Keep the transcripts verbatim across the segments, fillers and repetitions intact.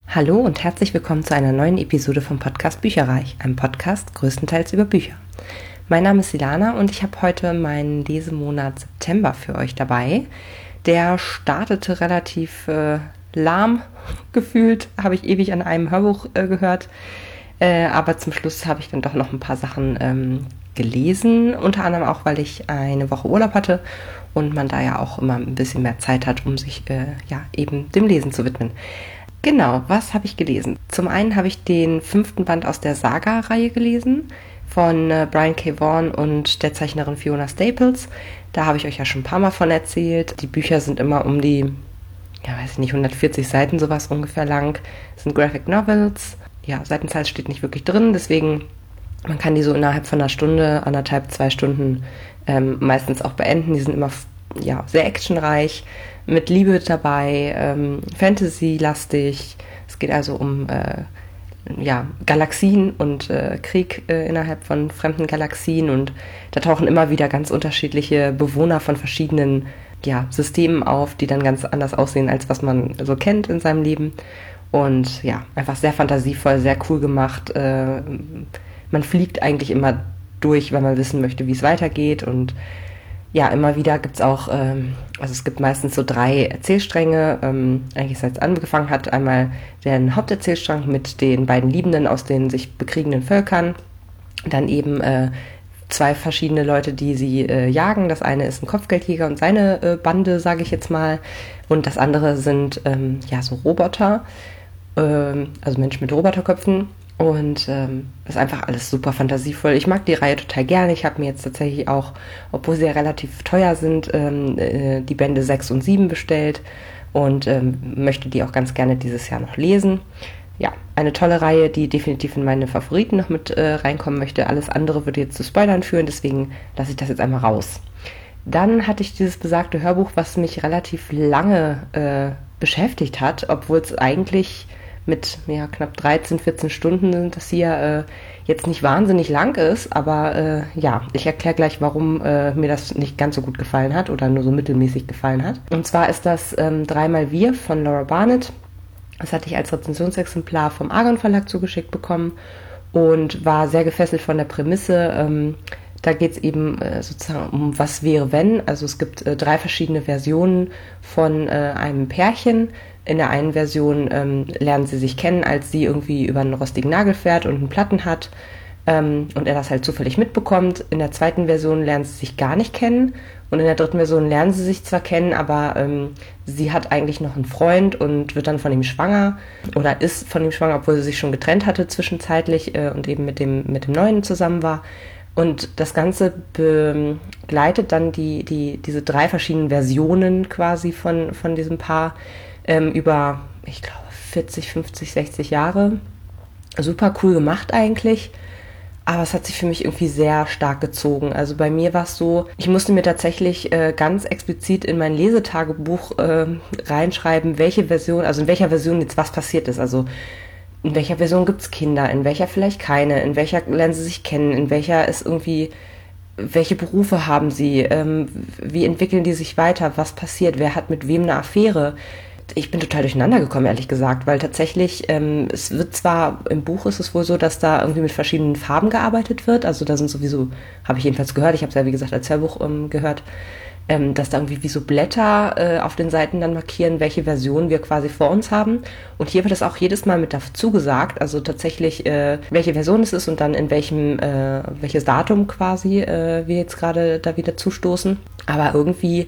Hallo und herzlich willkommen zu einer neuen Episode vom Podcast Bücherreich, einem Podcast größtenteils über Bücher. Mein Name ist Silana und ich habe heute meinen Lesemonat September für euch dabei. Der startete relativ äh, lahm gefühlt, habe ich ewig an einem Hörbuch äh, gehört, äh, aber zum Schluss habe ich dann doch noch ein paar Sachen ähm, gelesen, unter anderem auch, weil ich eine Woche Urlaub hatte und man da ja auch immer ein bisschen mehr Zeit hat, um sich äh, ja eben dem Lesen zu widmen. Genau, was habe ich gelesen? Zum einen habe ich den fünften Band aus der Saga-Reihe gelesen von äh, Brian K. Vaughan und der Zeichnerin Fiona Staples. Da habe ich euch ja schon ein paar Mal von erzählt. Die Bücher sind immer um die, ja weiß ich nicht, hundertvierzig Seiten sowas ungefähr lang. Das sind Graphic Novels. Ja, Seitenzahl steht nicht wirklich drin, deswegen man kann die so innerhalb von einer Stunde, anderthalb, zwei Stunden ähm, meistens auch beenden. Die sind immer ja, sehr actionreich, mit Liebe dabei, ähm, Fantasy-lastig. Es geht also um äh, ja, Galaxien und äh, Krieg äh, innerhalb von fremden Galaxien und da tauchen immer wieder ganz unterschiedliche Bewohner von verschiedenen ja, Systemen auf, die dann ganz anders aussehen, als was man so kennt in seinem Leben. Und ja, einfach sehr fantasievoll, sehr cool gemacht. Äh, man fliegt eigentlich immer durch, weil man wissen möchte, wie es weitergeht und ja, immer wieder gibt's auch, ähm, also es gibt meistens so drei Erzählstränge, ähm, eigentlich seit es angefangen hat. Einmal den Haupterzählstrang mit den beiden Liebenden aus den sich bekriegenden Völkern. Dann eben äh, zwei verschiedene Leute, die sie äh, jagen. Das eine ist ein Kopfgeldjäger und seine äh, Bande, sage ich jetzt mal. Und das andere sind ähm, ja so Roboter, ähm, also Menschen mit Roboterköpfen. Und ähm, ist einfach alles super fantasievoll. Ich mag die Reihe total gerne. Ich habe mir jetzt tatsächlich auch, obwohl sie ja relativ teuer sind, ähm, äh, die Bände sechs und sieben bestellt und ähm, möchte die auch ganz gerne dieses Jahr noch lesen. Ja, eine tolle Reihe, die definitiv in meine Favoriten noch mit äh, reinkommen möchte. Alles andere würde jetzt zu Spoilern führen, deswegen lasse ich das jetzt einmal raus. Dann hatte ich dieses besagte Hörbuch, was mich relativ lange äh, beschäftigt hat, obwohl es eigentlich mit ja, knapp dreizehn, vierzehn Stunden sind das hier äh, jetzt nicht wahnsinnig lang ist, aber äh, ja, ich erkläre gleich, warum äh, mir das nicht ganz so gut gefallen hat oder nur so mittelmäßig gefallen hat. Und zwar ist das ähm, Dreimal Wir von Laura Barnett. Das hatte ich als Rezensionsexemplar vom Argon Verlag zugeschickt bekommen und war sehr gefesselt von der Prämisse. Ähm, da geht es eben äh, sozusagen um was wäre wenn. Also es gibt äh, drei verschiedene Versionen von äh, einem Pärchen. In der einen Version ähm, lernen sie sich kennen, als sie irgendwie über einen rostigen Nagel fährt und einen Platten hat ähm, und er das halt zufällig mitbekommt. In der zweiten Version lernen sie sich gar nicht kennen und in der dritten Version lernen sie sich zwar kennen, aber ähm, sie hat eigentlich noch einen Freund und wird dann von ihm schwanger oder ist von ihm schwanger, obwohl sie sich schon getrennt hatte zwischenzeitlich äh, und eben mit dem, mit dem Neuen zusammen war. Und das Ganze begleitet dann die, die, diese drei verschiedenen Versionen quasi von, von diesem Paar ähm, über, ich glaube, vierzig, fünfzig, sechzig Jahre. Super cool gemacht eigentlich, aber es hat sich für mich irgendwie sehr stark gezogen. Also bei mir war es so, ich musste mir tatsächlich äh, ganz explizit in mein Lesetagebuch äh, reinschreiben, welche Version, also in welcher Version jetzt was passiert ist. Also in welcher Version gibt's Kinder, in welcher vielleicht keine, in welcher lernen sie sich kennen, in welcher ist irgendwie, welche Berufe haben sie, ähm, wie entwickeln die sich weiter, was passiert, wer hat mit wem eine Affäre. Ich bin total durcheinander gekommen, ehrlich gesagt, weil tatsächlich, ähm, es wird zwar, im Buch ist es wohl so, dass da irgendwie mit verschiedenen Farben gearbeitet wird, also da sind sowieso, habe ich jedenfalls gehört, ich habe es ja wie gesagt als Hörbuch ähm, gehört, ähm, dass da irgendwie wie so Blätter äh, auf den Seiten dann markieren, welche Version wir quasi vor uns haben. Und hier wird es auch jedes Mal mit dazu gesagt, also tatsächlich, äh, welche Version es ist und dann in welchem, äh, welches Datum quasi äh, wir jetzt gerade da wieder zustoßen. Aber irgendwie,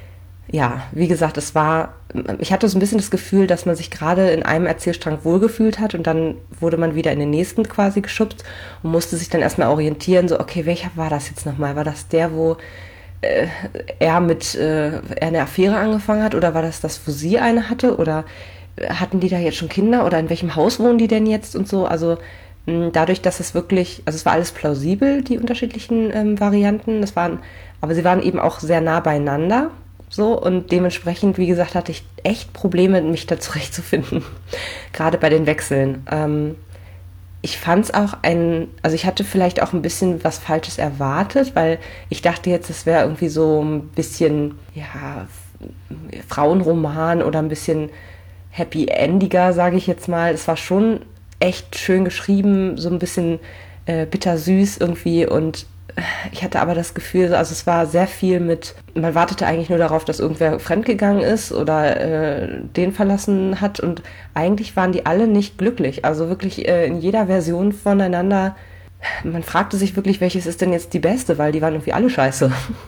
ja, wie gesagt, es war, ich hatte so ein bisschen das Gefühl, dass man sich gerade in einem Erzählstrang wohlgefühlt hat und dann wurde man wieder in den nächsten quasi geschubst und musste sich dann erstmal orientieren, so, okay, welcher war das jetzt nochmal? War das der, wo äh, er mit, äh, er eine Affäre angefangen hat oder war das das, wo sie eine hatte oder hatten die da jetzt schon Kinder oder in welchem Haus wohnen die denn jetzt und so, also mh, dadurch, dass es wirklich, also es war alles plausibel, die unterschiedlichen ähm, Varianten, das waren, aber sie waren eben auch sehr nah beieinander. So, und dementsprechend, wie gesagt, hatte ich echt Probleme, mich da zurechtzufinden. Gerade bei den Wechseln. Ähm, ich fand es auch ein, also ich hatte vielleicht auch ein bisschen was Falsches erwartet, weil ich dachte jetzt, es wäre irgendwie so ein bisschen, ja, Frauenroman oder ein bisschen happy endiger, sage ich jetzt mal. Es war schon echt schön geschrieben, so ein bisschen äh, bittersüß irgendwie, und ich hatte aber das Gefühl, also es war sehr viel mit, man wartete eigentlich nur darauf, dass irgendwer fremdgegangen ist oder äh, den verlassen hat, und eigentlich waren die alle nicht glücklich. Also wirklich äh, in jeder Version voneinander, man fragte sich wirklich, welches ist denn jetzt die beste, weil die waren irgendwie alle scheiße.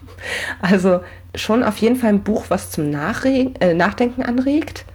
Also schon auf jeden Fall ein Buch, was zum Nachre- äh, Nachdenken anregt,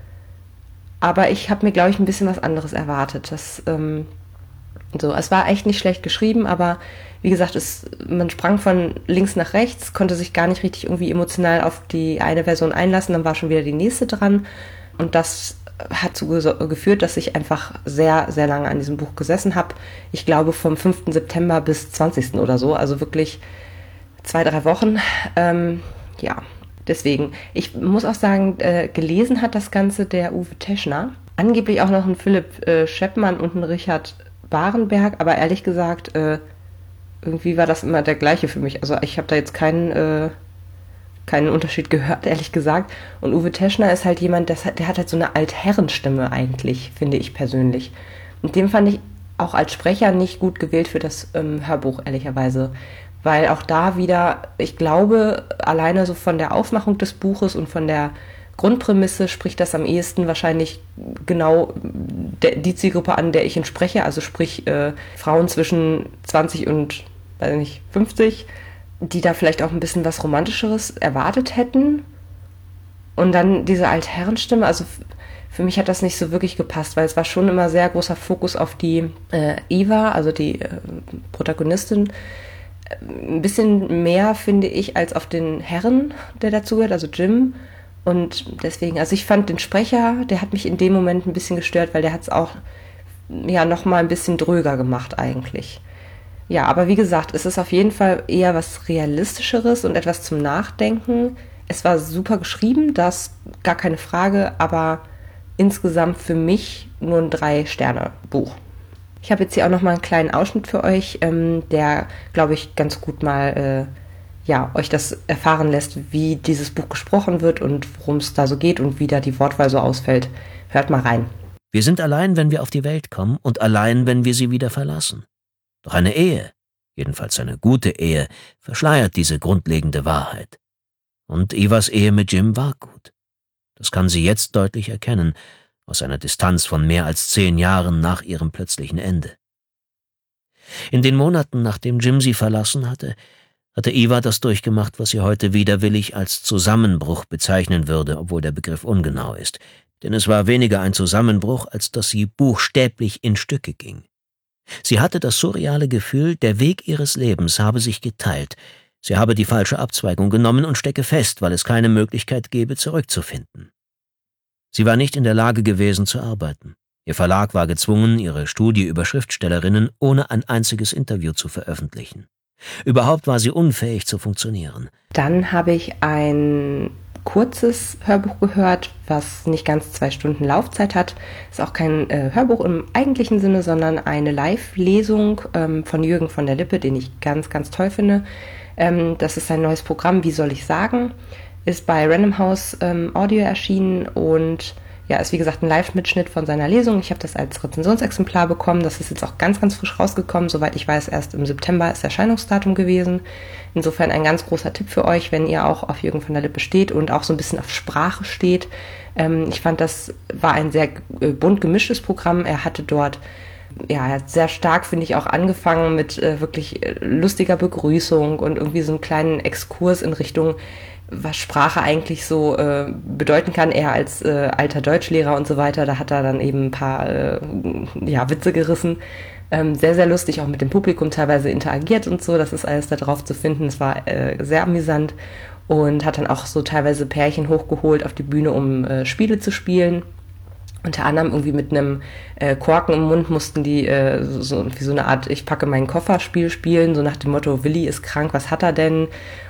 aber ich habe mir, glaube ich, ein bisschen was anderes erwartet. Das, ähm, so, es war echt nicht schlecht geschrieben, aber wie gesagt, es, man sprang von links nach rechts, konnte sich gar nicht richtig irgendwie emotional auf die eine Version einlassen, dann war schon wieder die nächste dran, und das hat dazu geführt, dass ich einfach sehr, sehr lange an diesem Buch gesessen habe. Ich glaube vom fünften September bis zwanzigsten oder so, also wirklich zwei, drei Wochen. Ähm, ja, deswegen. Ich muss auch sagen, äh, gelesen hat das Ganze der Uwe Teschner. Angeblich auch noch ein Philipp äh, Scheppmann und ein Richard Barenberg, aber ehrlich gesagt, äh, irgendwie war das immer der gleiche für mich. Also ich habe da jetzt keinen, äh, keinen Unterschied gehört, ehrlich gesagt. Und Uwe Teschner ist halt jemand, der, der hat halt so eine Altherrenstimme eigentlich, finde ich persönlich. Und den fand ich auch als Sprecher nicht gut gewählt für das ähm, Hörbuch, ehrlicherweise. Weil auch da wieder, ich glaube, alleine so von der Aufmachung des Buches und von der Grundprämisse spricht das am ehesten wahrscheinlich genau de, die Zielgruppe an, der ich entspreche, also sprich äh, Frauen zwischen zwanzig und, weiß nicht, fünfzig, die da vielleicht auch ein bisschen was Romantischeres erwartet hätten. Und dann diese Altherrenstimme, also f- für mich hat das nicht so wirklich gepasst, weil es war schon immer sehr großer Fokus auf die äh, Eva, also die äh, Protagonistin, ein bisschen mehr, finde ich, als auf den Herren, der dazugehört, also Jim. Und deswegen, also ich fand den Sprecher, der hat mich in dem Moment ein bisschen gestört, weil der hat es auch ja nochmal ein bisschen dröger gemacht eigentlich. Ja, aber wie gesagt, es ist auf jeden Fall eher was Realistischeres und etwas zum Nachdenken. Es war super geschrieben, das gar keine Frage, aber insgesamt für mich nur ein Drei-Sterne-Buch. Ich habe jetzt hier auch nochmal einen kleinen Ausschnitt für euch, ähm, der, glaube ich, ganz gut mal äh, ja, euch das erfahren lässt, wie dieses Buch gesprochen wird und worum es da so geht und wie da die Wortwahl so ausfällt. Hört mal rein. Wir sind allein, wenn wir auf die Welt kommen, und allein, wenn wir sie wieder verlassen. Doch eine Ehe, jedenfalls eine gute Ehe, verschleiert diese grundlegende Wahrheit. Und Evas Ehe mit Jim war gut. Das kann sie jetzt deutlich erkennen, aus einer Distanz von mehr als zehn Jahren nach ihrem plötzlichen Ende. In den Monaten, nachdem Jim sie verlassen hatte, hatte Eva das durchgemacht, was sie heute widerwillig als Zusammenbruch bezeichnen würde, obwohl der Begriff ungenau ist. Denn es war weniger ein Zusammenbruch, als dass sie buchstäblich in Stücke ging. Sie hatte das surreale Gefühl, der Weg ihres Lebens habe sich geteilt. Sie habe die falsche Abzweigung genommen und stecke fest, weil es keine Möglichkeit gäbe, zurückzufinden. Sie war nicht in der Lage gewesen zu arbeiten. Ihr Verlag war gezwungen, ihre Studie über Schriftstellerinnen ohne ein einziges Interview zu veröffentlichen. Überhaupt war sie unfähig zu funktionieren. Dann habe ich ein kurzes Hörbuch gehört, was nicht ganz zwei Stunden Laufzeit hat. Ist auch kein äh, Hörbuch im eigentlichen Sinne, sondern eine Live-Lesung ähm, von Jürgen von der Lippe, den ich ganz, ganz toll finde. Ähm, das ist sein neues Programm, Wie soll ich sagen? Ist bei Random House ähm, Audio erschienen und ja, ist wie gesagt ein Live-Mitschnitt von seiner Lesung. Ich habe das als Rezensionsexemplar bekommen. Das ist jetzt auch ganz, ganz frisch rausgekommen. Soweit ich weiß, erst im September ist Erscheinungsdatum gewesen. Insofern ein ganz großer Tipp für euch, wenn ihr auch auf Jürgen von der Lippe steht und auch so ein bisschen auf Sprache steht. Ähm, ich fand, das war ein sehr äh, bunt gemischtes Programm. Er hatte dort, ja, er hat sehr stark, finde ich, auch angefangen mit äh, wirklich äh, lustiger Begrüßung und irgendwie so einen kleinen Exkurs in Richtung, was Sprache eigentlich so äh, bedeuten kann, er als äh, alter Deutschlehrer und so weiter. Da hat er dann eben ein paar äh, ja, Witze gerissen. Ähm, sehr, sehr lustig, auch mit dem Publikum teilweise interagiert und so. Das ist alles da drauf zu finden. Es war äh, sehr amüsant und hat dann auch so teilweise Pärchen hochgeholt auf die Bühne, um äh, Spiele zu spielen. Unter anderem irgendwie mit einem äh, Korken im Mund mussten die äh, so, wie so eine Art Ich packe meinen Koffer Spiel spielen, so nach dem Motto, Willi ist krank, was hat er denn?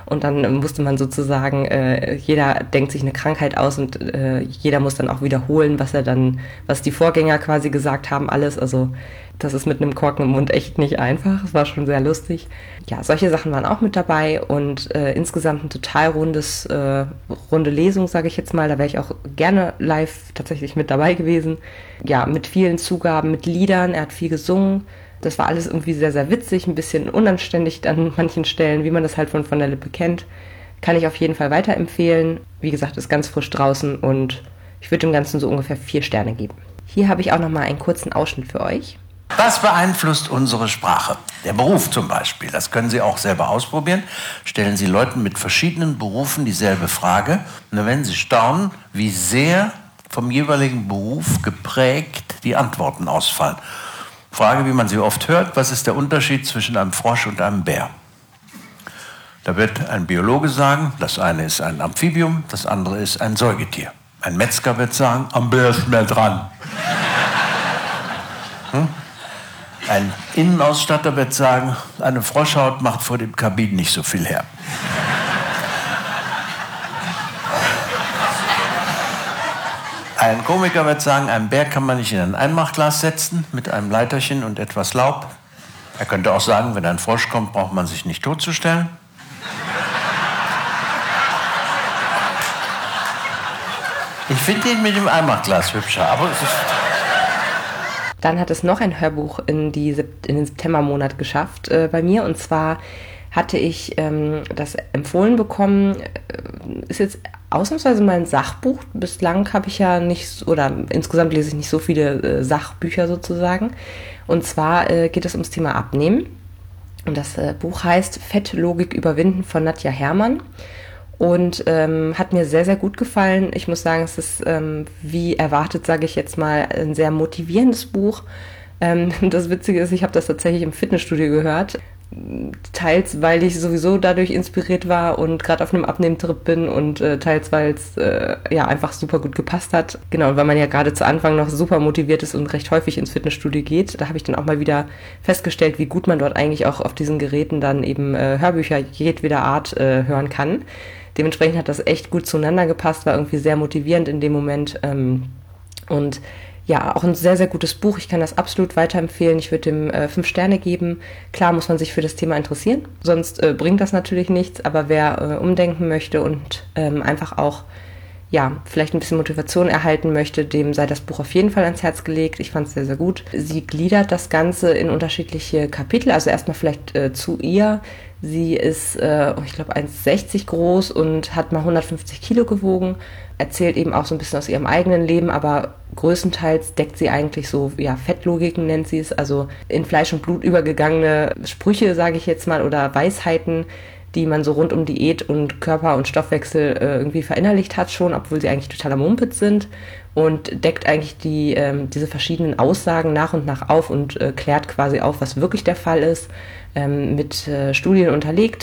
Und dann musste man sozusagen, äh, jeder denkt sich eine Krankheit aus und äh, jeder muss dann auch wiederholen, was er dann, was die Vorgänger quasi gesagt haben, alles. Also das ist mit einem Korken im Mund echt nicht einfach. Es war schon sehr lustig. Ja, solche Sachen waren auch mit dabei und äh, insgesamt ein total rundes, äh, runde Lesung, sage ich jetzt mal. Da wäre ich auch gerne live tatsächlich mit dabei gewesen. Ja, mit vielen Zugaben, mit Liedern. Er hat viel gesungen. Das war alles irgendwie sehr, sehr witzig, ein bisschen unanständig an manchen Stellen, wie man das halt von von der Lippe kennt. Kann ich auf jeden Fall weiterempfehlen. Wie gesagt, ist ganz frisch draußen und ich würde dem Ganzen so ungefähr vier Sterne geben. Hier habe ich auch nochmal einen kurzen Ausschnitt für euch. Was beeinflusst unsere Sprache? Der Beruf zum Beispiel. Das können Sie auch selber ausprobieren. Stellen Sie Leuten mit verschiedenen Berufen dieselbe Frage. Und dann werden Sie staunen, wie sehr vom jeweiligen Beruf geprägt die Antworten ausfallen. Frage, wie man sie oft hört: Was ist der Unterschied zwischen einem Frosch und einem Bär? Da wird ein Biologe sagen, das eine ist ein Amphibium, das andere ist ein Säugetier. Ein Metzger wird sagen, am Bär ist mehr dran. Hm? Ein Innenausstatter wird sagen, eine Froschhaut macht vor dem Kabin nicht so viel her. Ein Komiker wird sagen, einen Bär kann man nicht in ein Einmachglas setzen mit einem Leiterchen und etwas Laub. Er könnte auch sagen, wenn ein Frosch kommt, braucht man sich nicht totzustellen. Ich finde den mit dem Einmachglas hübscher, aber es ist... Dann hat es noch ein Hörbuch in, die, in den Septembermonat geschafft äh, bei mir. Und zwar hatte ich ähm, das empfohlen bekommen, äh, ist jetzt ausnahmsweise mal ein Sachbuch. Bislang habe ich ja nicht, oder insgesamt lese ich nicht so viele äh, Sachbücher sozusagen. Und zwar äh, geht es ums Thema Abnehmen. Und das äh, Buch heißt Fettlogik überwinden von Nadja Herrmann. Und ähm, hat mir sehr, sehr gut gefallen. Ich muss sagen, es ist, ähm, wie erwartet, sage ich jetzt mal, ein sehr motivierendes Buch. Ähm, das Witzige ist, ich habe das tatsächlich im Fitnessstudio gehört. Teils, weil ich sowieso dadurch inspiriert war und gerade auf einem Abnehmtrip bin und äh, teils, weil es äh, ja einfach super gut gepasst hat. Genau, und weil man ja gerade zu Anfang noch super motiviert ist und recht häufig ins Fitnessstudio geht, da habe ich dann auch mal wieder festgestellt, wie gut man dort eigentlich auch auf diesen Geräten dann eben äh, Hörbücher jedweder Art äh, hören kann. Dementsprechend hat das echt gut zueinander gepasst, war irgendwie sehr motivierend in dem Moment. Ähm, und ja, auch ein sehr, sehr gutes Buch. Ich kann das absolut weiterempfehlen. Ich würde dem äh, fünf Sterne geben. Klar muss man sich für das Thema interessieren, sonst äh, bringt das natürlich nichts. Aber wer äh, umdenken möchte und ähm, einfach auch ja, vielleicht ein bisschen Motivation erhalten möchte, dem sei das Buch auf jeden Fall ans Herz gelegt. Ich fand es sehr, sehr gut. Sie gliedert das Ganze in unterschiedliche Kapitel. Also erstmal vielleicht äh, zu ihr. Sie ist, äh, ich glaube, eins Komma sechzig groß und hat mal hundertfünfzig Kilo gewogen. Erzählt eben auch so ein bisschen aus ihrem eigenen Leben, aber größtenteils deckt sie eigentlich so, ja, Fettlogiken nennt sie es, also in Fleisch und Blut übergegangene Sprüche, sage ich jetzt mal, oder Weisheiten, die man so rund um Diät und Körper und Stoffwechsel äh, irgendwie verinnerlicht hat schon, obwohl sie eigentlich totaler Mumpitz sind, und deckt eigentlich die ähm, diese verschiedenen Aussagen nach und nach auf und äh, klärt quasi auf, was wirklich der Fall ist, ähm, mit äh, Studien unterlegt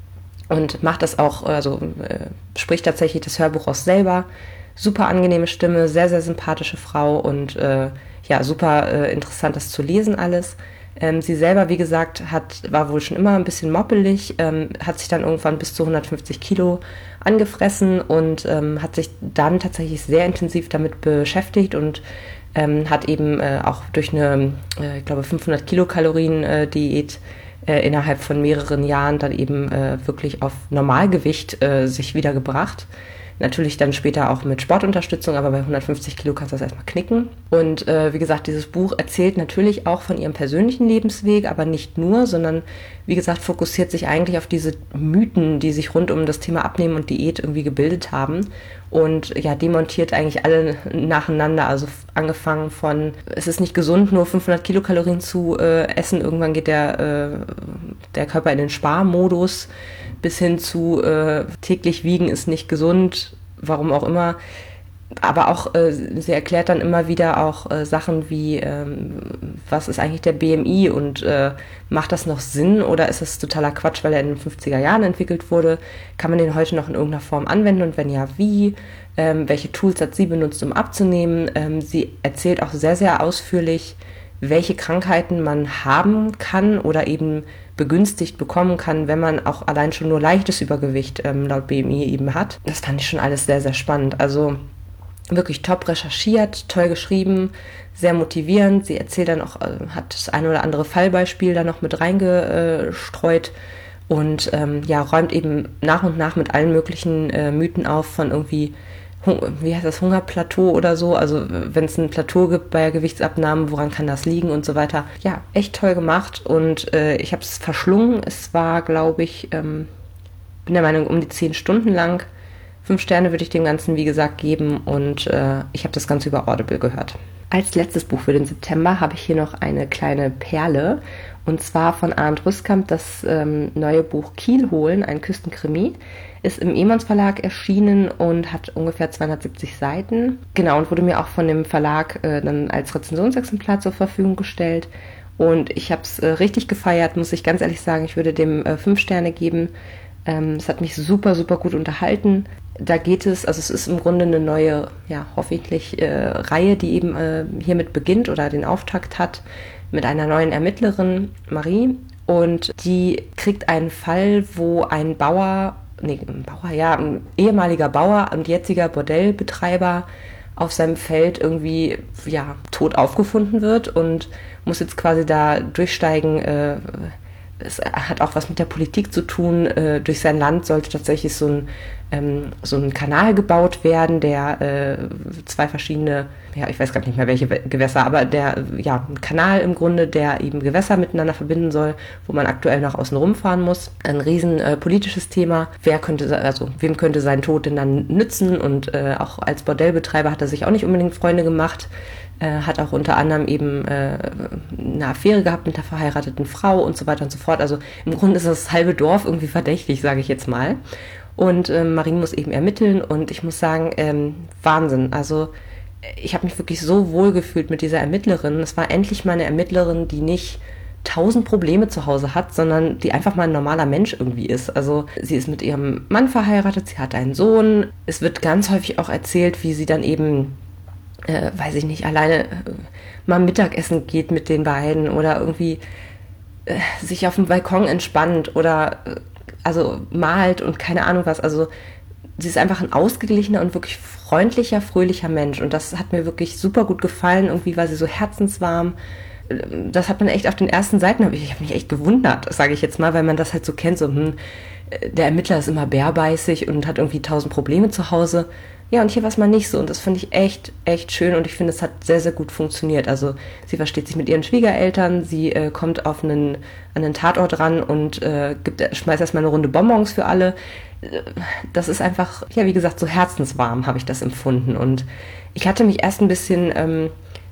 und macht das auch, also äh, spricht tatsächlich das Hörbuch auch selber. Super angenehme Stimme, sehr, sehr sympathische Frau und äh, ja, super äh, interessant, das zu lesen alles. Ähm, sie selber, wie gesagt, hat, war wohl schon immer ein bisschen moppelig, ähm, hat sich dann irgendwann bis zu hundertfünfzig Kilo angefressen und ähm, hat sich dann tatsächlich sehr intensiv damit beschäftigt und ähm, hat eben äh, auch durch eine, äh, ich glaube, fünfhundert Kilokalorien äh, Diät äh, innerhalb von mehreren Jahren dann eben äh, wirklich auf Normalgewicht äh, sich wiedergebracht. Natürlich dann später auch mit Sportunterstützung, aber bei hundertfünfzig Kilo kannst du das erstmal knicken. Und äh, wie gesagt, dieses Buch erzählt natürlich auch von ihrem persönlichen Lebensweg, aber nicht nur, sondern wie gesagt, fokussiert sich eigentlich auf diese Mythen, die sich rund um das Thema Abnehmen und Diät irgendwie gebildet haben. Und ja, demontiert eigentlich alle nacheinander, also angefangen von, es ist nicht gesund, nur fünfhundert Kilokalorien zu äh, essen, irgendwann geht der, äh, der Körper in den Sparmodus, bis hin zu äh, täglich wiegen ist nicht gesund, warum auch immer. Aber auch, äh, sie erklärt dann immer wieder auch äh, Sachen wie, ähm, was ist eigentlich der B M I und äh, macht das noch Sinn oder ist das totaler Quatsch, weil er in den fünfziger Jahren entwickelt wurde? Kann man den heute noch in irgendeiner Form anwenden und wenn ja, wie? Ähm, welche Tools hat sie benutzt, um abzunehmen? Ähm, sie erzählt auch sehr, sehr ausführlich, welche Krankheiten man haben kann oder eben begünstigt bekommen kann, wenn man auch allein schon nur leichtes Übergewicht ähm, laut B M I eben hat. Das fand ich schon alles sehr, sehr spannend. Also wirklich top recherchiert, toll geschrieben, sehr motivierend. Sie erzählt dann auch, äh, hat das ein oder andere Fallbeispiel da noch mit reingestreut und ähm, ja, räumt eben nach und nach mit allen möglichen äh, Mythen auf von irgendwie, wie heißt das, Hungerplateau oder so, also wenn es ein Plateau gibt bei Gewichtsabnahmen, woran kann das liegen und so weiter. Ja, echt toll gemacht und äh, ich habe es verschlungen. Es war, glaube ich, ähm, bin der Meinung, um die zehn Stunden lang. Fünf Sterne würde ich dem Ganzen, wie gesagt, geben und äh, ich habe das Ganze über Audible gehört. Als letztes Buch für den September habe ich hier noch eine kleine Perle und zwar von Arndt Rüskamp das ähm, neue Buch Kiel holen, ein Küstenkrimi. Ist im Emons Verlag erschienen und hat ungefähr zweihundertsiebzig Seiten. Genau, und wurde mir auch von dem Verlag äh, dann als Rezensionsexemplar zur Verfügung gestellt. Und ich habe es äh, richtig gefeiert, muss ich ganz ehrlich sagen. Ich würde dem äh, fünf Sterne geben. Ähm, es hat mich super, super gut unterhalten. Da geht es, also es ist im Grunde eine neue, ja, hoffentlich äh, Reihe, die eben äh, hiermit beginnt oder den Auftakt hat mit einer neuen Ermittlerin, Marie. Und die kriegt einen Fall, wo ein Bauer, nee, ein Bauer, ja, ein ehemaliger Bauer und jetziger Bordellbetreiber auf seinem Feld irgendwie, ja, tot aufgefunden wird und muss jetzt quasi da durchsteigen. Äh, es hat auch was mit der Politik zu tun. Äh, durch sein Land sollte tatsächlich so ein, ähm, so ein Kanal gebaut werden, der äh, zwei verschiedene, ja, ich weiß gar nicht mehr welche Gewässer, aber der, ja, ein Kanal im Grunde, der eben Gewässer miteinander verbinden soll, wo man aktuell noch außen rumfahren muss. Ein riesen äh, politisches Thema. Wer könnte, also wem könnte sein Tod denn dann nützen? Und äh, auch als Bordellbetreiber hat er sich auch nicht unbedingt Freunde gemacht. Äh, hat auch unter anderem eben äh, eine Affäre gehabt mit einer verheirateten Frau und so weiter und so fort. Also im Grunde ist das halbe Dorf irgendwie verdächtig, sage ich jetzt mal. Und äh, Marie muss eben ermitteln und ich muss sagen, ähm, Wahnsinn. Also ich habe mich wirklich so wohl gefühlt mit dieser Ermittlerin. Es war endlich mal eine Ermittlerin, die nicht tausend Probleme zu Hause hat, sondern die einfach mal ein normaler Mensch irgendwie ist. Also sie ist mit ihrem Mann verheiratet, sie hat einen Sohn. Es wird ganz häufig auch erzählt, wie sie dann eben Äh, weiß ich nicht, alleine äh, mal Mittagessen geht mit den beiden oder irgendwie äh, sich auf dem Balkon entspannt oder äh, also malt und keine Ahnung was. Also sie ist einfach ein ausgeglichener und wirklich freundlicher, fröhlicher Mensch und das hat mir wirklich super gut gefallen. Irgendwie war sie so herzenswarm. Das hat man echt auf den ersten Seiten, ich habe mich echt gewundert, sage ich jetzt mal, weil man das halt so kennt, so hm, der Ermittler ist immer bärbeißig und hat irgendwie tausend Probleme zu Hause. Ja, und hier war es mal nicht so und das fand ich echt, echt schön und ich finde, es hat sehr, sehr gut funktioniert. Also sie versteht sich mit ihren Schwiegereltern, sie äh, kommt auf einen, an einen Tatort ran und äh, gibt, schmeißt erstmal eine Runde Bonbons für alle. Das ist einfach, ja, wie gesagt, so herzenswarm habe ich das empfunden und ich hatte mich erst ein bisschen, ähm,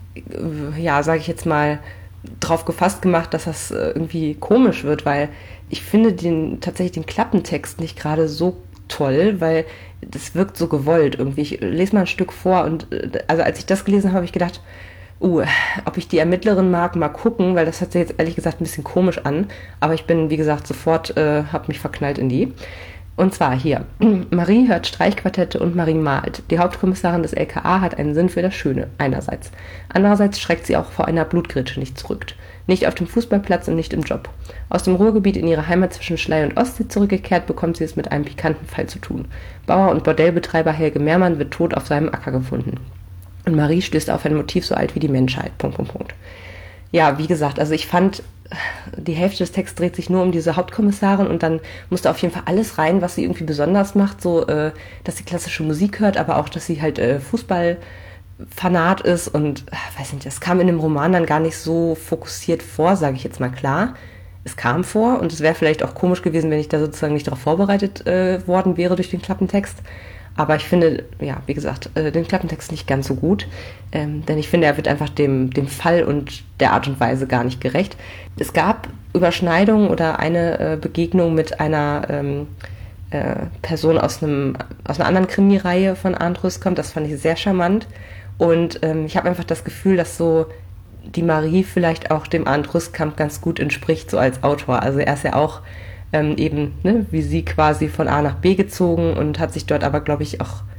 ja, sage ich jetzt mal, drauf gefasst gemacht, dass das irgendwie komisch wird, weil ich finde den tatsächlich den Klappentext nicht gerade so toll, weil das wirkt so gewollt irgendwie. Ich lese mal ein Stück vor und also als ich das gelesen habe, habe ich gedacht, uh, ob ich die Ermittlerin mag, mal gucken, weil das hört sich jetzt ehrlich gesagt ein bisschen komisch an, aber ich bin, wie gesagt, sofort, äh, habe mich verknallt in die. Und zwar hier, Marie hört Streichquartette und Marie malt. Die Hauptkommissarin des L K A hat einen Sinn für das Schöne, einerseits. Andererseits schreckt sie auch vor einer Blutgritsche nicht zurück. Nicht auf dem Fußballplatz und nicht im Job. Aus dem Ruhrgebiet in ihre Heimat zwischen Schlei und Ostsee zurückgekehrt, bekommt sie es mit einem pikanten Fall zu tun. Bauer und Bordellbetreiber Helge Mehrmann wird tot auf seinem Acker gefunden. Und Marie stößt auf ein Motiv so alt wie die Menschheit. Punkt, Punkt, Punkt. Ja, wie gesagt, also ich fand, die Hälfte des Texts dreht sich nur um diese Hauptkommissarin und dann musste auf jeden Fall alles rein, was sie irgendwie besonders macht, so, äh, dass sie klassische Musik hört, aber auch, dass sie halt äh, Fußballfanat ist und, äh, weiß nicht, das kam in dem Roman dann gar nicht so fokussiert vor, sage ich jetzt mal klar. Es kam vor und es wäre vielleicht auch komisch gewesen, wenn ich da sozusagen nicht darauf vorbereitet äh, worden wäre durch den Klappentext. Aber ich finde, ja, wie gesagt, äh, den Klappentext nicht ganz so gut, ähm, denn ich finde, er wird einfach dem, dem Fall und der Art und Weise gar nicht gerecht. Es gab Überschneidungen oder eine äh, Begegnung mit einer ähm, äh, Person aus, einem, aus einer anderen Krimireihe von Arndt Rüskamp, das fand ich sehr charmant und ähm, ich habe einfach das Gefühl, dass so die Marie vielleicht auch dem Arndt Rüskamp ganz gut entspricht, so als Autor. Also er ist ja auch Ähm, eben, ne, wie sie quasi von A nach B gezogen und hat sich dort aber, glaube ich, auch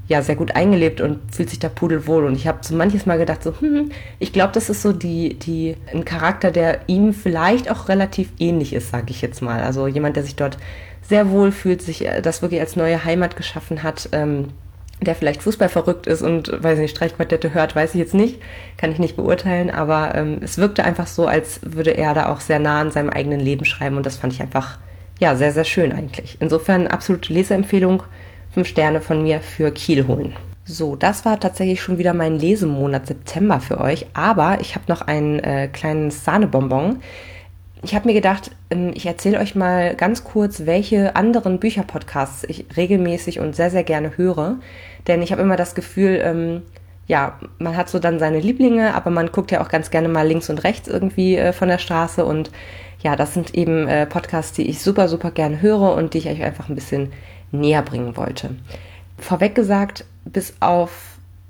ja sehr gut eingelebt und fühlt sich da pudelwohl. Und ich habe so manches Mal gedacht, so, hm, ich glaube, das ist so die, die, ein Charakter, der ihm vielleicht auch relativ ähnlich ist, sage ich jetzt mal. Also jemand, der sich dort sehr wohl fühlt, sich das wirklich als neue Heimat geschaffen hat, ähm, der vielleicht Fußball verrückt ist und, weiß ich nicht, Streichquartette hört, weiß ich jetzt nicht, kann ich nicht beurteilen, aber ähm, es wirkte einfach so, als würde er da auch sehr nah an seinem eigenen Leben schreiben und das fand ich einfach, ja, sehr, sehr schön eigentlich. Insofern absolute Leseempfehlung, fünf Sterne von mir für Kiel holen. So, das war tatsächlich schon wieder mein Lesemonat September für euch, aber ich habe noch einen äh, kleinen Sahnebonbon. Ich habe mir gedacht, ich erzähle euch mal ganz kurz, welche anderen Bücherpodcasts ich regelmäßig und sehr, sehr gerne höre. Denn ich habe immer das Gefühl, ähm, ja, man hat so dann seine Lieblinge, aber man guckt ja auch ganz gerne mal links und rechts irgendwie äh, von der Straße. Und ja, das sind eben äh, Podcasts, die ich super, super gerne höre und die ich euch einfach ein bisschen näher bringen wollte. Vorweg gesagt, bis auf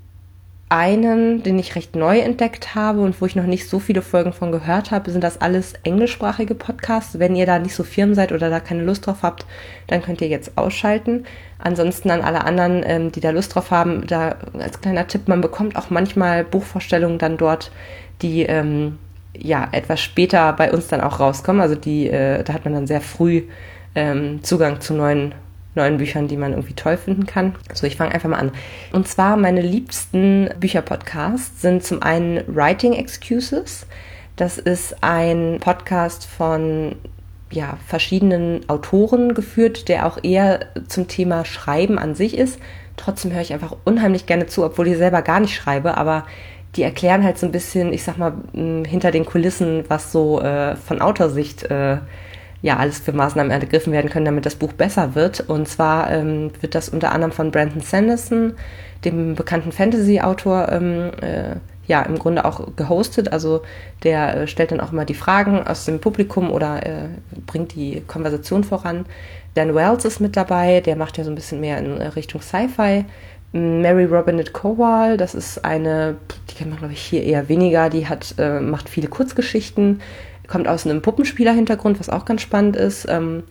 einen, den ich recht neu entdeckt habe und wo ich noch nicht so viele Folgen von gehört habe, sind das alles englischsprachige Podcasts. Wenn ihr da nicht so firm seid oder da keine Lust drauf habt, dann könnt ihr jetzt ausschalten. Ansonsten an alle anderen, ähm, die da Lust drauf haben, da als kleiner Tipp, man bekommt auch manchmal Buchvorstellungen dann dort, die ähm, ja etwas später bei uns dann auch rauskommen. Also die, äh, da hat man dann sehr früh ähm, Zugang zu neuen neuen Büchern, die man irgendwie toll finden kann. So, ich fange einfach mal an. Und zwar meine liebsten Bücherpodcasts sind zum einen Writing Excuses. Das ist ein Podcast von ja, verschiedenen Autoren geführt, der auch eher zum Thema Schreiben an sich ist. Trotzdem höre ich einfach unheimlich gerne zu, obwohl ich selber gar nicht schreibe, aber die erklären halt so ein bisschen, ich sag mal, hinter den Kulissen, was so äh, von Autorsicht äh, ja, alles für Maßnahmen ergriffen werden können, damit das Buch besser wird. Und zwar ähm, wird das unter anderem von Brandon Sanderson, dem bekannten Fantasy-Autor, ähm, äh, ja, im Grunde auch gehostet. Also der äh, stellt dann auch immer die Fragen aus dem Publikum oder äh, bringt die Konversation voran. Dan Wells ist mit dabei, der macht ja so ein bisschen mehr in Richtung Sci-Fi. Mary Robinette Kowal, das ist eine, die kennt man glaube ich hier eher weniger, die hat äh, macht viele Kurzgeschichten, kommt aus einem Puppenspieler-Hintergrund, was auch ganz spannend ist.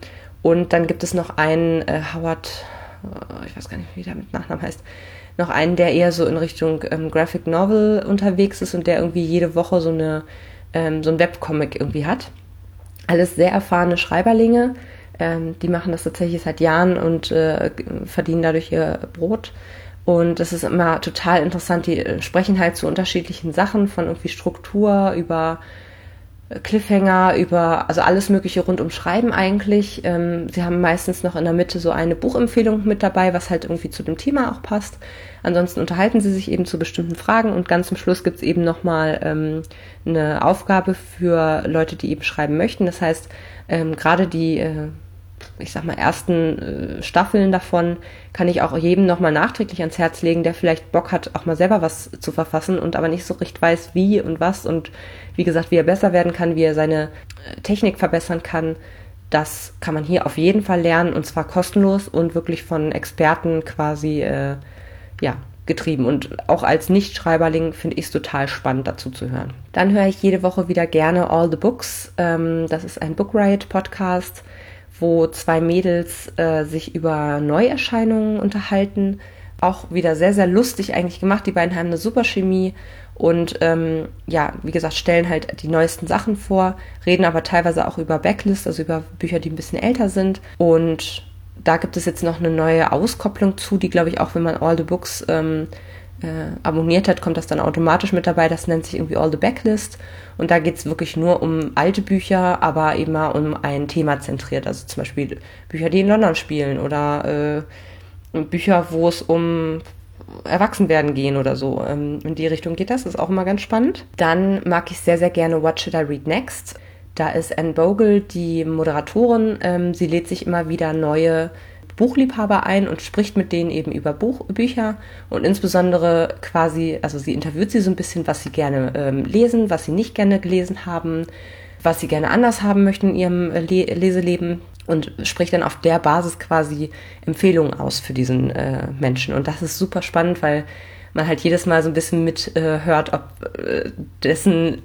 Und dann gibt es noch einen, äh, Howard, ich weiß gar nicht, wie der mit Nachnamen heißt, noch einen, der eher so in Richtung ähm, Graphic Novel unterwegs ist und der irgendwie jede Woche so eine ähm, so ein Webcomic irgendwie hat. Alles sehr erfahrene Schreiberlinge, ähm, die machen das tatsächlich seit Jahren und äh, verdienen dadurch ihr Brot. Und das ist immer total interessant, die sprechen halt zu unterschiedlichen Sachen, von irgendwie Struktur über Cliffhanger, über, also alles Mögliche rund um Schreiben eigentlich. Ähm, sie haben meistens noch in der Mitte so eine Buchempfehlung mit dabei, was halt irgendwie zu dem Thema auch passt. Ansonsten unterhalten sie sich eben zu bestimmten Fragen und ganz zum Schluss gibt's eben nochmal ähm, eine Aufgabe für Leute, die eben schreiben möchten. Das heißt, ähm, gerade die, äh, ich sag mal, ersten äh, Staffeln davon kann ich auch jedem nochmal nachträglich ans Herz legen, der vielleicht Bock hat, auch mal selber was zu verfassen und aber nicht so richtig weiß, wie und was und wie gesagt, wie er besser werden kann, wie er seine Technik verbessern kann. Das kann man hier auf jeden Fall lernen und zwar kostenlos und wirklich von Experten quasi äh, ja, getrieben. Und auch als Nichtschreiberling finde ich es total spannend, dazu zu hören. Dann höre ich jede Woche wieder gerne All the Books. Ähm, das ist ein Book Riot Podcast, wo zwei Mädels äh, sich über Neuerscheinungen unterhalten. Auch wieder sehr, sehr lustig eigentlich gemacht. Die beiden haben eine super Chemie und ähm, ja, wie gesagt, stellen halt die neuesten Sachen vor, reden aber teilweise auch über Backlist, also über Bücher, die ein bisschen älter sind. Und da gibt es jetzt noch eine neue Auskopplung zu, die, glaube ich, auch wenn man All the Books ähm, äh, abonniert hat, kommt das dann automatisch mit dabei. Das nennt sich irgendwie All the Backlist. Und da geht es wirklich nur um alte Bücher, aber immer um ein Thema zentriert. Also zum Beispiel Bücher, die in London spielen oder äh, Bücher, wo es um Erwachsenwerden gehen oder so. In die Richtung geht das, ist auch immer ganz spannend. Dann mag ich sehr, sehr gerne What Should I Read Next? Da ist Anne Bogle die Moderatorin. Ähm, sie lädt sich immer wieder neue Buchliebhaber ein und spricht mit denen eben über Buch, Bücher und insbesondere quasi, also sie interviewt sie so ein bisschen, was sie gerne ähm, lesen, was sie nicht gerne gelesen haben, was sie gerne anders haben möchten in ihrem Le- Leseleben und spricht dann auf der Basis quasi Empfehlungen aus für diesen äh, Menschen. Und das ist super spannend, weil man halt jedes Mal so ein bisschen mithört, äh, ob äh, dessen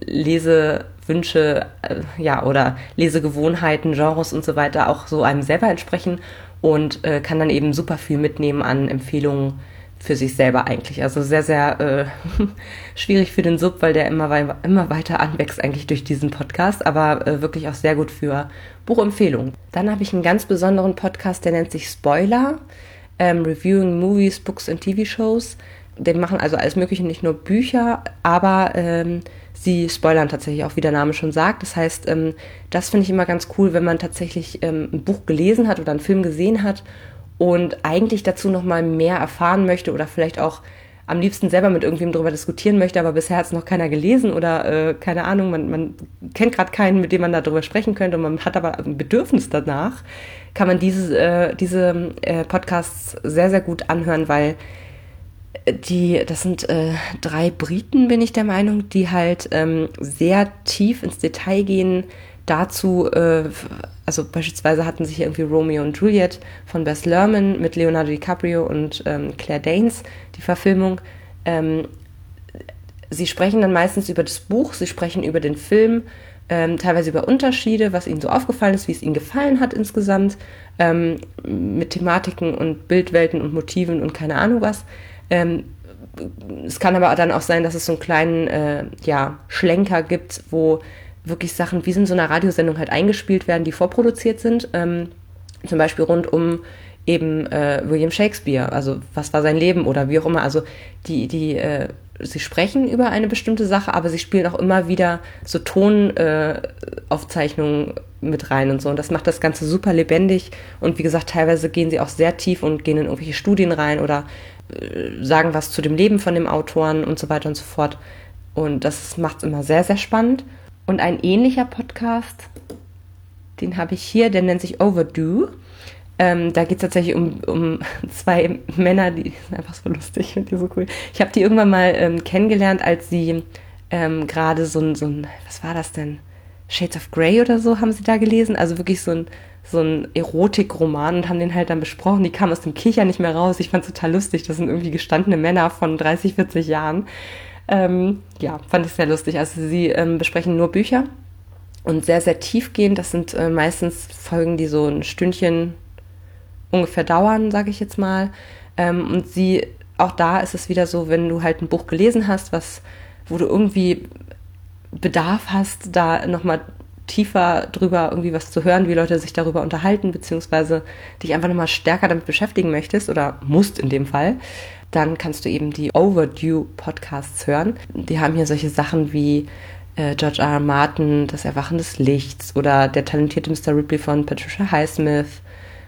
Lesewünsche äh, ja oder Lesegewohnheiten, Genres und so weiter auch so einem selber entsprechen und äh, kann dann eben super viel mitnehmen an Empfehlungen für sich selber eigentlich. Also sehr, sehr äh, schwierig für den Sub, weil der immer, wei- immer weiter anwächst eigentlich durch diesen Podcast, aber äh, wirklich auch sehr gut für Buchempfehlungen. Dann habe ich einen ganz besonderen Podcast, der nennt sich Spoiler, ähm, Reviewing Movies, Books and T V-Shows. Die machen also alles Mögliche, nicht nur Bücher, aber ähm, sie spoilern tatsächlich auch, wie der Name schon sagt. Das heißt, ähm, das finde ich immer ganz cool, wenn man tatsächlich ähm, ein Buch gelesen hat oder einen Film gesehen hat und eigentlich dazu nochmal mehr erfahren möchte oder vielleicht auch am liebsten selber mit irgendwem drüber diskutieren möchte, aber bisher hat es noch keiner gelesen oder äh, keine Ahnung, man, man kennt gerade keinen, mit dem man darüber sprechen könnte und man hat aber ein Bedürfnis danach, kann man diese, äh, diese äh, Podcasts sehr, sehr gut anhören, weil die, das sind äh, drei Briten, bin ich der Meinung, die halt ähm, sehr tief ins Detail gehen dazu, äh, also beispielsweise hatten sich irgendwie Romeo und Juliet von Baz Luhrmann mit Leonardo DiCaprio und ähm, Claire Danes, die Verfilmung. Ähm, sie sprechen dann meistens über das Buch, sie sprechen über den Film, ähm, teilweise über Unterschiede, was ihnen so aufgefallen ist, wie es ihnen gefallen hat insgesamt, ähm, mit Thematiken und Bildwelten und Motiven und keine Ahnung was. Ähm, es kann aber dann auch sein, dass es so einen kleinen äh, ja, Schlenker gibt, wo wirklich Sachen wie in so einer Radiosendung halt eingespielt werden, die vorproduziert sind. Ähm, zum Beispiel rund um eben äh, William Shakespeare, also was war sein Leben oder wie auch immer. Also die, die, äh, sie sprechen über eine bestimmte Sache, aber sie spielen auch immer wieder so Tonaufzeichnungen äh, mit rein und so. Und das macht das Ganze super lebendig. Und wie gesagt, teilweise gehen sie auch sehr tief und gehen in irgendwelche Studien rein oder äh, sagen was zu dem Leben von dem Autoren und so weiter und so fort. Und das macht es immer sehr, sehr spannend. Und ein ähnlicher Podcast, den habe ich hier, der nennt sich Overdue. Ähm, da geht es tatsächlich um, um zwei Männer, die sind einfach so lustig, ich finde die so cool. Ich habe die irgendwann mal ähm, kennengelernt, als sie ähm, gerade so ein, so ein, was war das denn? Shades of Grey oder so haben sie da gelesen. Also wirklich so ein, so ein Erotikroman und haben den halt dann besprochen. Die kamen aus dem Kicher nicht mehr raus. Ich fand es total lustig. Das sind irgendwie gestandene Männer von dreißig, vierzig Jahren. Ähm, ja, fand ich sehr lustig. Also sie ähm, besprechen nur Bücher und sehr, sehr tiefgehend. Das sind äh, meistens Folgen, die so ein Stündchen ungefähr dauern, sage ich jetzt mal. Ähm, und sie, auch da ist es wieder so, wenn du halt ein Buch gelesen hast, was, wo du irgendwie Bedarf hast, da nochmal tiefer drüber irgendwie was zu hören, wie Leute sich darüber unterhalten, beziehungsweise dich einfach nochmal stärker damit beschäftigen möchtest oder musst in dem Fall, dann kannst du eben die Overdue-Podcasts hören. Die haben hier solche Sachen wie äh, George R. R. Martin, Das Erwachen des Lichts oder Der talentierte Mister Ripley von Patricia Highsmith.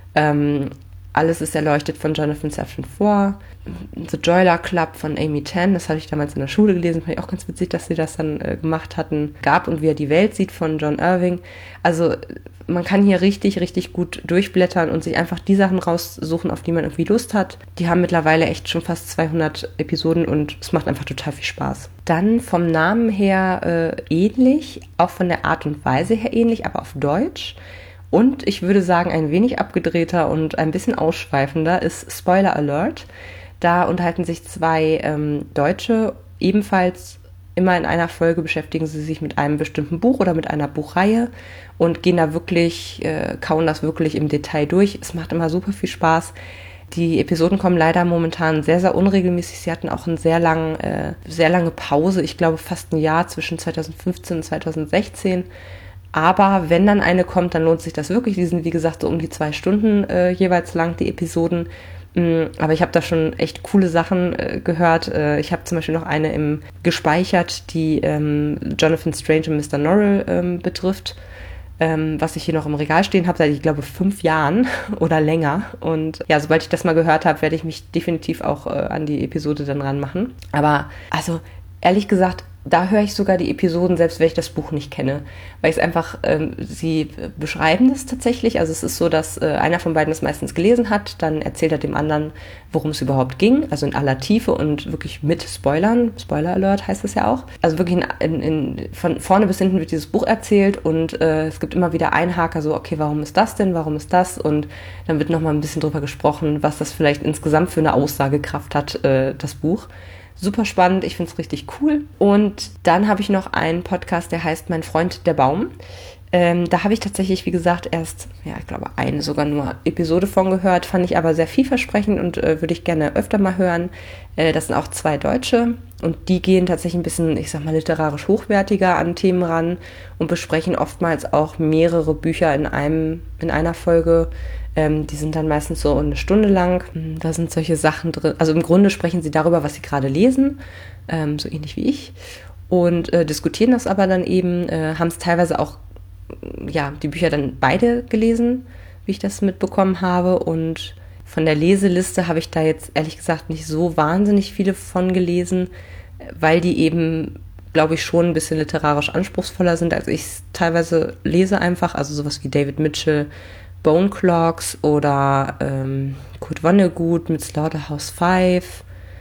Ähm, Alles ist erleuchtet von Jonathan Safran Foer. The Joyler Club von Amy Tan, das hatte ich damals in der Schule gelesen, fand ich auch ganz witzig, dass sie das dann äh, gemacht hatten. Gab und wie er die Welt sieht von John Irving. Also man kann hier richtig, richtig gut durchblättern und sich einfach die Sachen raussuchen, auf die man irgendwie Lust hat. Die haben mittlerweile echt schon fast zweihundert Episoden und es macht einfach total viel Spaß. Dann vom Namen her äh, ähnlich, auch von der Art und Weise her ähnlich, aber auf Deutsch. Und ich würde sagen, ein wenig abgedrehter und ein bisschen ausschweifender ist Spoiler Alert. Da unterhalten sich zwei ähm, Deutsche, ebenfalls immer in einer Folge beschäftigen sie sich mit einem bestimmten Buch oder mit einer Buchreihe und gehen da wirklich, äh, kauen das wirklich im Detail durch. Es macht immer super viel Spaß. Die Episoden kommen leider momentan sehr, sehr unregelmäßig. Sie hatten auch eine sehr, lang, äh, sehr lange Pause, ich glaube fast ein Jahr zwischen zweitausendfünfzehn und zweitausendsechzehn. Aber wenn dann eine kommt, dann lohnt sich das wirklich. Die sind, wie gesagt, so um die zwei Stunden äh, jeweils lang, die Episoden. Mm, aber ich habe da schon echt coole Sachen äh, gehört. Äh, ich habe zum Beispiel noch eine im gespeichert, die ähm, Jonathan Strange und Mister Norrell ähm, betrifft, ähm, was ich hier noch im Regal stehen habe, seit, ich glaube, fünf Jahren oder länger. Und ja, sobald ich das mal gehört habe, werde ich mich definitiv auch äh, an die Episode dann ranmachen. Aber also, ehrlich gesagt, da höre ich sogar die Episoden, selbst wenn ich das Buch nicht kenne, weil ich es einfach, ähm, sie beschreiben das tatsächlich, also es ist so, dass äh, einer von beiden es meistens gelesen hat, dann erzählt er dem anderen, worum es überhaupt ging, also in aller Tiefe und wirklich mit Spoilern, Spoiler Alert heißt es ja auch, also wirklich in, in, in, von vorne bis hinten wird dieses Buch erzählt und äh, es gibt immer wieder Einhaker, so okay, warum ist das denn, warum ist das und dann wird nochmal ein bisschen drüber gesprochen, was das vielleicht insgesamt für eine Aussagekraft hat, äh, das Buch. Super spannend, ich finde es richtig cool. Und dann habe ich noch einen Podcast, der heißt Mein Freund der Baum. Ähm, da habe ich tatsächlich, wie gesagt, erst, ja, ich glaube, eine sogar nur Episode von gehört, fand ich aber sehr vielversprechend und äh, würde ich gerne öfter mal hören. Äh, das sind auch zwei Deutsche und die gehen tatsächlich ein bisschen, ich sag mal, literarisch hochwertiger an Themen ran und besprechen oftmals auch mehrere Bücher in einem, in einer Folge. Ähm, die sind dann meistens so eine Stunde lang. Da sind solche Sachen drin. Also im Grunde sprechen sie darüber, was sie gerade lesen, ähm, so ähnlich wie ich, und äh, diskutieren das aber dann eben, äh, haben es teilweise auch ja, die Bücher dann beide gelesen, wie ich das mitbekommen habe. Und von der Leseliste habe ich da jetzt ehrlich gesagt nicht so wahnsinnig viele von gelesen, weil die eben, glaube ich, schon ein bisschen literarisch anspruchsvoller sind, als ich es teilweise lese einfach. Also sowas wie David Mitchell, Bone Clocks oder ähm, Kurt Vonnegut mit Slaughterhouse Five,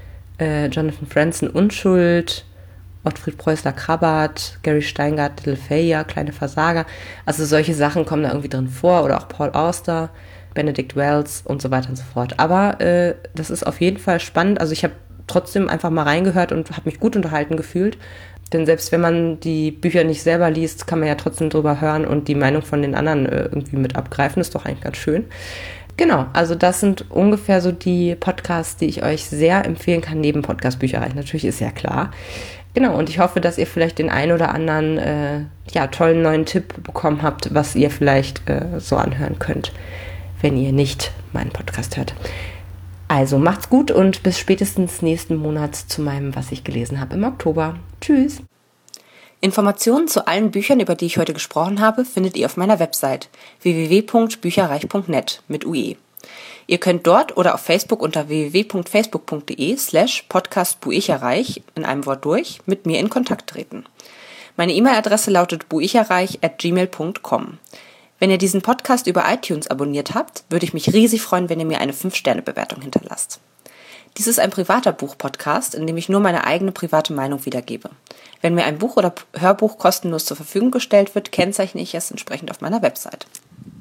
äh, Jonathan Franzen Unschuld, Ottfried Preußler-Krabbert, Gary Steingart, Little Failure, Kleine Versager. Also solche Sachen kommen da irgendwie drin vor. Oder auch Paul Auster, Benedict Wells und so weiter und so fort. Aber äh, das ist auf jeden Fall spannend. Also ich habe trotzdem einfach mal reingehört und habe mich gut unterhalten gefühlt. Denn selbst wenn man die Bücher nicht selber liest, kann man ja trotzdem drüber hören und die Meinung von den anderen äh, irgendwie mit abgreifen. Das ist doch eigentlich ganz schön. Genau, also das sind ungefähr so die Podcasts, die ich euch sehr empfehlen kann, neben Podcast Bücherreich. Natürlich ist ja klar. Genau, und ich hoffe, dass ihr vielleicht den einen oder anderen äh, ja, tollen neuen Tipp bekommen habt, was ihr vielleicht äh, so anhören könnt, wenn ihr nicht meinen Podcast hört. Also macht's gut und bis spätestens nächsten Monat zu meinem, was ich gelesen habe im Oktober. Tschüss! Informationen zu allen Büchern, über die ich heute gesprochen habe, findet ihr auf meiner Website w w w punkt bücherreich punkt net mit U E. Ihr könnt dort oder auf Facebook unter w w w punkt facebook punkt de slash podcast buicherreich in einem Wort durch mit mir in Kontakt treten. Meine E-Mail-Adresse lautet buicherreich at gmail punkt com. Wenn ihr diesen Podcast über iTunes abonniert habt, würde ich mich riesig freuen, wenn ihr mir eine fünf Sterne Bewertung hinterlasst. Dies ist ein privater Buch-Podcast, in dem ich nur meine eigene private Meinung wiedergebe. Wenn mir ein Buch oder Hörbuch kostenlos zur Verfügung gestellt wird, kennzeichne ich es entsprechend auf meiner Website.